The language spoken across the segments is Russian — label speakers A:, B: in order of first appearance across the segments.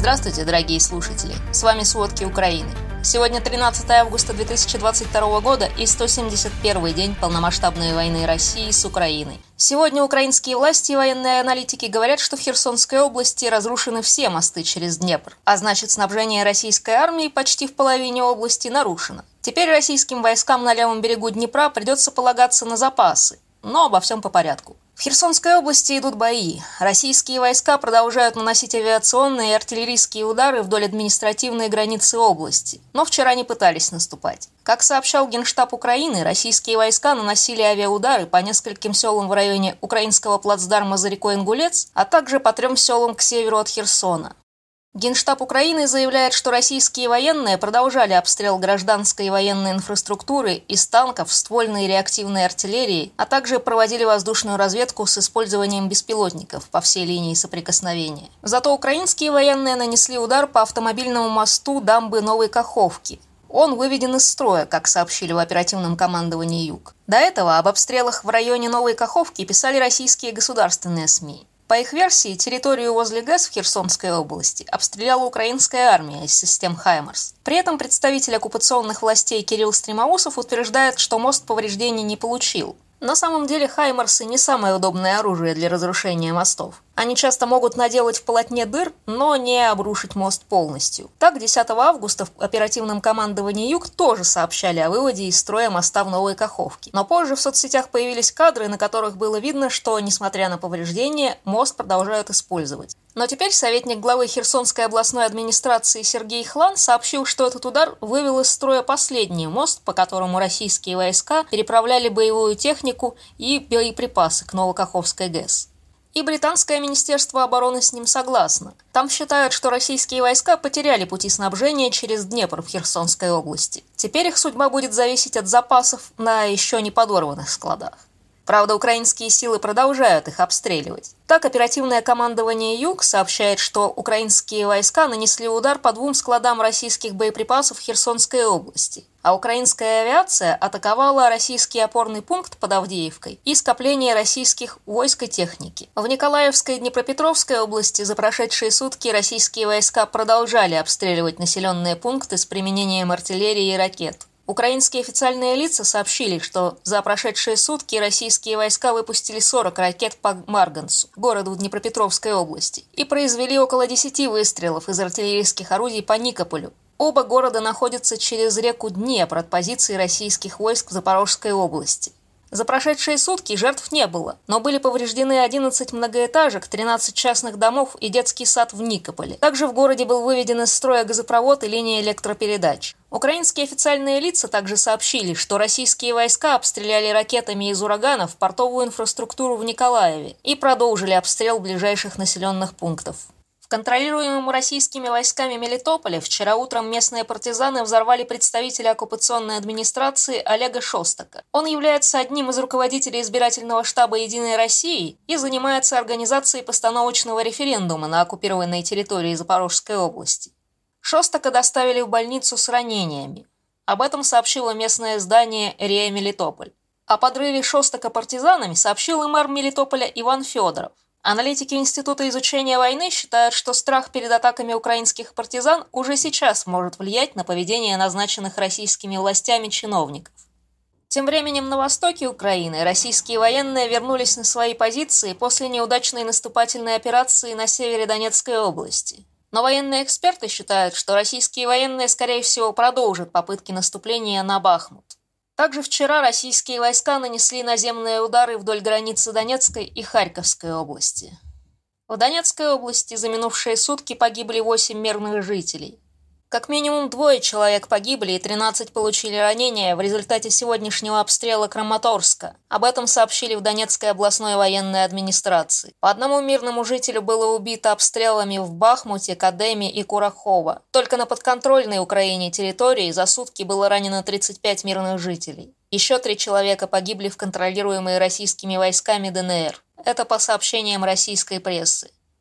A: Здравствуйте, дорогие слушатели! С вами «Сводки Украины». Сегодня 13 августа 2022 года и 171-й день полномасштабной войны России с Украиной. Сегодня украинские власти и военные аналитики говорят, что в Херсонской области разрушены все мосты через Днепр, а значит, снабжение российской армии почти в половине области нарушено. Теперь российским войскам на левом берегу Днепра придется полагаться на запасы, но обо всем по порядку. В Херсонской области идут бои. Российские войска продолжают наносить авиационные и артиллерийские удары вдоль административной границы области, но вчера не пытались наступать. Как сообщал Генштаб Украины, российские войска наносили авиаудары по нескольким селам в районе украинского плацдарма за рекой Ингулец, а также по 3 селам к северу от Херсона. Генштаб Украины заявляет, что российские военные продолжали обстрел гражданской и военной инфраструктуры из танков, ствольной и реактивной артиллерии, а также проводили воздушную разведку с использованием беспилотников по всей линии соприкосновения. Зато украинские военные нанесли удар по автомобильному мосту дамбы Новой Каховки. Он выведен из строя, как сообщили в оперативном командовании «Юг». До этого об обстрелах в районе Новой Каховки писали российские государственные СМИ. По их версии, территорию возле ГЭС в Херсонской области обстреляла украинская армия из систем «Хаймарс». При этом представитель оккупационных властей Кирилл Стремоусов утверждает, что мост повреждений не получил. На самом деле «Хаймарсы» не самое удобное оружие для разрушения мостов. Они часто могут наделать в полотне дыр, но не обрушить мост полностью. Так, 10 августа в оперативном командовании «Юг» тоже сообщали о выводе из строя моста в Новой Каховке. Но позже в соцсетях появились кадры, на которых было видно, что, несмотря на повреждения, мост продолжают использовать. Но теперь советник главы Херсонской областной администрации Сергей Хлан сообщил, что этот удар вывел из строя последний мост, по которому российские войска переправляли боевую технику и боеприпасы к Новокаховской ГЭС. И британское министерство обороны с ним согласно. Там считают, что российские войска потеряли пути снабжения через Днепр в Херсонской области. Теперь их судьба будет зависеть от запасов на еще не подорванных складах. Правда, украинские силы продолжают их обстреливать. Так, оперативное командование «Юг» сообщает, что украинские войска нанесли удар по 2 складам российских боеприпасов в Херсонской области, а украинская авиация атаковала российский опорный пункт под Авдеевкой и скопление российских войск и техники. В Николаевской и Днепропетровской области за прошедшие сутки российские войска продолжали обстреливать населенные пункты с применением артиллерии и ракет. Украинские официальные лица сообщили, что за прошедшие сутки российские войска выпустили 40 ракет по Марганцу, городу в Днепропетровской области, и произвели около 10 выстрелов из артиллерийских орудий по Никополю. Оба города находятся через реку Днепр от позиций российских войск в Запорожской области. За прошедшие сутки жертв не было, но были повреждены 11 многоэтажек, 13 частных домов и детский сад в Никополе. Также в городе был выведен из строя газопровод и линия электропередач. Украинские официальные лица также сообщили, что российские войска обстреляли ракетами из ураганов портовую инфраструктуру в Николаеве и продолжили обстрел ближайших населенных пунктов. В контролируемом российскими войсками Мелитополе вчера утром местные партизаны взорвали представителя оккупационной администрации Олега Шостака. Он является одним из руководителей избирательного штаба «Единой России» и занимается организацией постановочного референдума на оккупированной территории Запорожской области. Шостака доставили в больницу с ранениями. Об этом сообщило местное издание «РИА Мелитополь». О подрыве Шостака партизанами сообщил и мэр Мелитополя Иван Федоров. Аналитики Института изучения войны считают, что страх перед атаками украинских партизан уже сейчас может влиять на поведение назначенных российскими властями чиновников. Тем временем на востоке Украины российские военные вернулись на свои позиции после неудачной наступательной операции на севере Донецкой области. Но военные эксперты считают, что российские военные, скорее всего, продолжат попытки наступления на Бахмут. Также вчера российские войска нанесли наземные удары вдоль границы Донецкой и Харьковской области. В Донецкой области за минувшие сутки погибли 8 мирных жителей. Как минимум 2 человек погибли и 13 получили ранения в результате сегодняшнего обстрела Краматорска. Об этом сообщили в Донецкой областной военной администрации. По одному мирному жителю было убито обстрелами в Бахмуте, Кадеме и Курахово. Только на подконтрольной Украине территории за сутки было ранено 35 мирных жителей. Еще 3 человека погибли в контролируемой российскими войсками ДНР. Это по сообщениям российской прессы.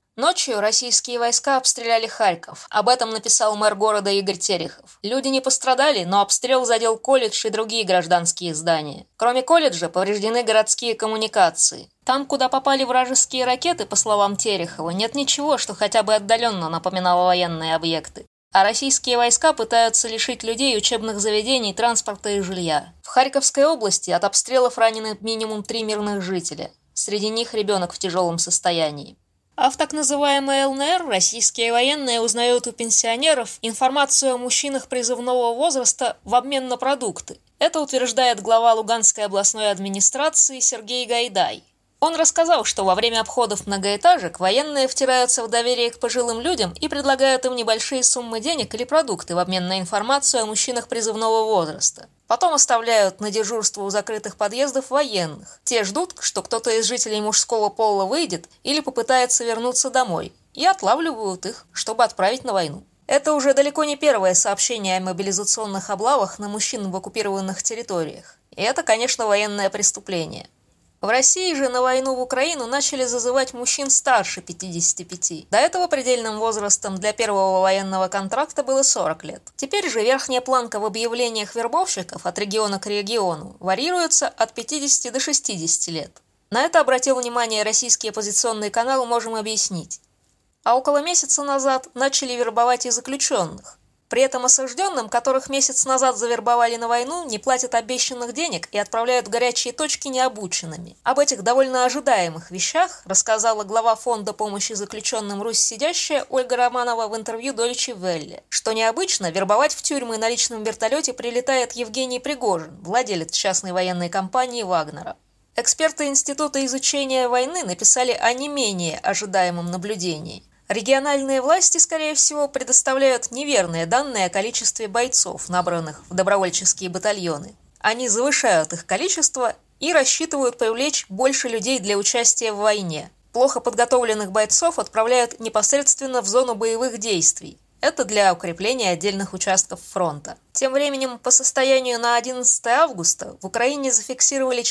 A: Ночью российские войска обстреляли Харьков. Об этом написал мэр города Игорь Терехов. Люди не пострадали, но обстрел задел колледж и другие гражданские здания. Кроме колледжа повреждены городские коммуникации. Там, куда попали вражеские ракеты, по словам Терехова, нет ничего, что хотя бы отдаленно напоминало военные объекты. А российские войска пытаются лишить людей учебных заведений, транспорта и жилья. В Харьковской области от обстрелов ранены минимум 3 мирных жителя. Среди них ребенок в тяжелом состоянии. А в так называемой ЛНР российские военные узнают у пенсионеров информацию о мужчинах призывного возраста в обмен на продукты. Это утверждает глава Луганской областной администрации Сергей Гайдай. Он рассказал, что во время обходов многоэтажек военные втираются в доверие к пожилым людям и предлагают им небольшие суммы денег или продукты в обмен на информацию о мужчинах призывного возраста. Потом оставляют на дежурство у закрытых подъездов военных. Те ждут, что кто-то из жителей мужского пола выйдет или попытается вернуться домой, и отлавливают их, чтобы отправить на войну. Это уже далеко не первое сообщение о мобилизационных облавах на мужчин в оккупированных территориях. И это, конечно, военное преступление. В России же на войну в Украину начали зазывать мужчин старше 55. До этого предельным возрастом для первого военного контракта было 40 лет. Теперь же верхняя планка в объявлениях вербовщиков от региона к региону варьируется от 50 до 60 лет. На это обратил внимание российский оппозиционный канал «Можем объяснить». А около месяца назад начали вербовать и заключенных. При этом осужденным, которых месяц назад завербовали на войну, не платят обещанных денег и отправляют в горячие точки необученными. Об этих довольно ожидаемых вещах рассказала глава фонда помощи заключенным «Русь сидящая» Ольга Романова в интервью Deutsche Welle. Что необычно, вербовать в тюрьмы на личном вертолете прилетает Евгений Пригожин, владелец частной военной компании «Вагнера». Эксперты Института изучения войны написали о не менее ожидаемом наблюдении. Региональные власти, скорее всего, предоставляют неверные данные о количестве бойцов, набранных в добровольческие батальоны. Они завышают их количество и рассчитывают привлечь больше людей для участия в войне. Плохо подготовленных бойцов отправляют непосредственно в зону боевых действий. Это для укрепления отдельных участков фронта. Тем временем, по состоянию на 11 августа в Украине зафиксировали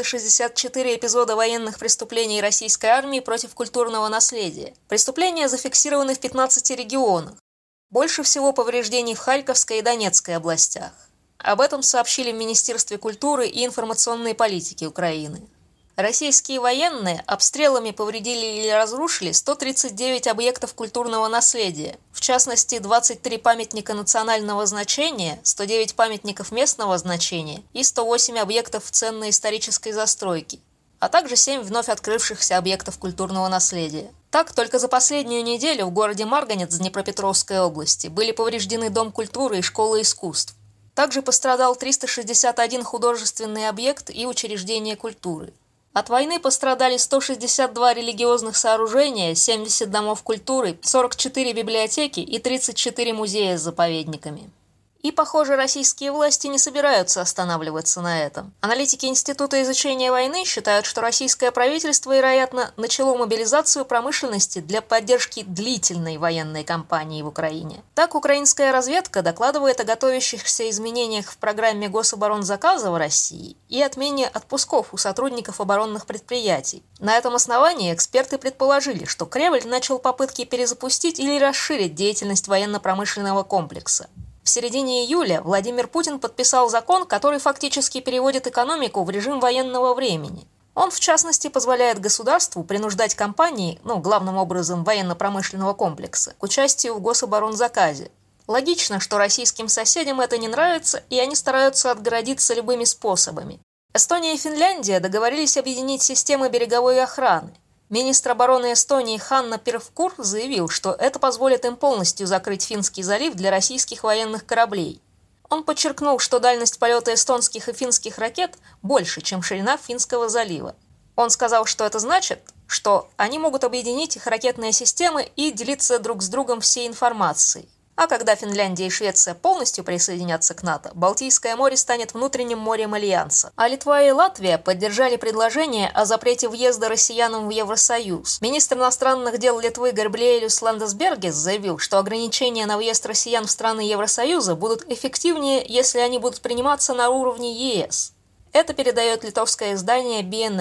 A: 464 эпизода военных преступлений российской армии против культурного наследия. Преступления зафиксированы в 15 регионах. Больше всего повреждений в Харьковской и Донецкой областях. Об этом сообщили в Министерстве культуры и информационной политики Украины. Российские военные обстрелами повредили или разрушили 139 объектов культурного наследия, в частности 23 памятника национального значения, 109 памятников местного значения и 108 объектов ценной исторической застройки, а также 7 вновь открывшихся объектов культурного наследия. Так, только за последнюю неделю в городе Марганец Днепропетровской области были повреждены Дом культуры и Школа искусств. Также пострадал 361 художественный объект и учреждение культуры. От войны пострадали 162 религиозных сооружения, 70 домов культуры, 44 библиотеки и 34 музея с заповедниками. И, похоже, российские власти не собираются останавливаться на этом. Аналитики Института изучения войны считают, что российское правительство, вероятно, начало мобилизацию промышленности для поддержки длительной военной кампании в Украине. Так, украинская разведка докладывает о готовящихся изменениях в программе гособоронзаказа в России и отмене отпусков у сотрудников оборонных предприятий. На этом основании эксперты предположили, что Кремль начал попытки перезапустить или расширить деятельность военно-промышленного комплекса. В середине июля Владимир Путин подписал закон, который фактически переводит экономику в режим военного времени. Он, в частности, позволяет государству принуждать компании, главным образом военно-промышленного комплекса, к участию в гособоронзаказе. Логично, что российским соседям это не нравится, и они стараются отгородиться любыми способами. Эстония и Финляндия договорились объединить системы береговой охраны. Министр обороны Эстонии Ханна Певкур заявил, что это позволит им полностью закрыть Финский залив для российских военных кораблей. Он подчеркнул, что дальность полета эстонских и финских ракет больше, чем ширина Финского залива. Он сказал, что это значит, что они могут объединить их ракетные системы и делиться друг с другом всей информацией. А когда Финляндия и Швеция полностью присоединятся к НАТО, Балтийское море станет внутренним морем Альянса. А Литва и Латвия поддержали предложение о запрете въезда россиянам в Евросоюз. Министр иностранных дел Литвы Гарбриэлюс Ландсбергис заявил, что ограничения на въезд россиян в страны Евросоюза будут эффективнее, если они будут приниматься на уровне ЕС. Это передает литовское издание BNS.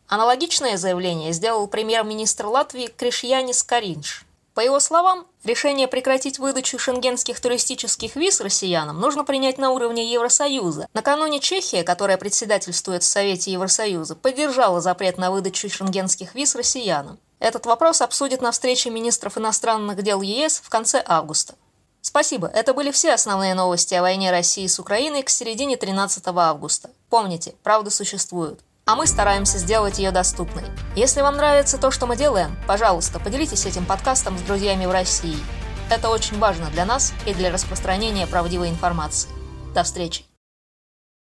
A: Аналогичное заявление сделал премьер-министр Латвии Кришьянис Кариньш. По его словам, решение прекратить выдачу шенгенских туристических виз россиянам нужно принять на уровне Евросоюза. Накануне Чехия, которая председательствует в Совете Евросоюза, поддержала запрет на выдачу шенгенских виз россиянам. Этот вопрос обсудят на встрече министров иностранных дел ЕС в конце августа. Спасибо, это были все основные новости о войне России с Украиной к середине 13 августа. Помните, правда существует. А мы стараемся сделать ее доступной. Если вам нравится то, что мы делаем, пожалуйста, поделитесь этим подкастом с друзьями в России. Это очень важно для нас и для распространения правдивой информации. До встречи!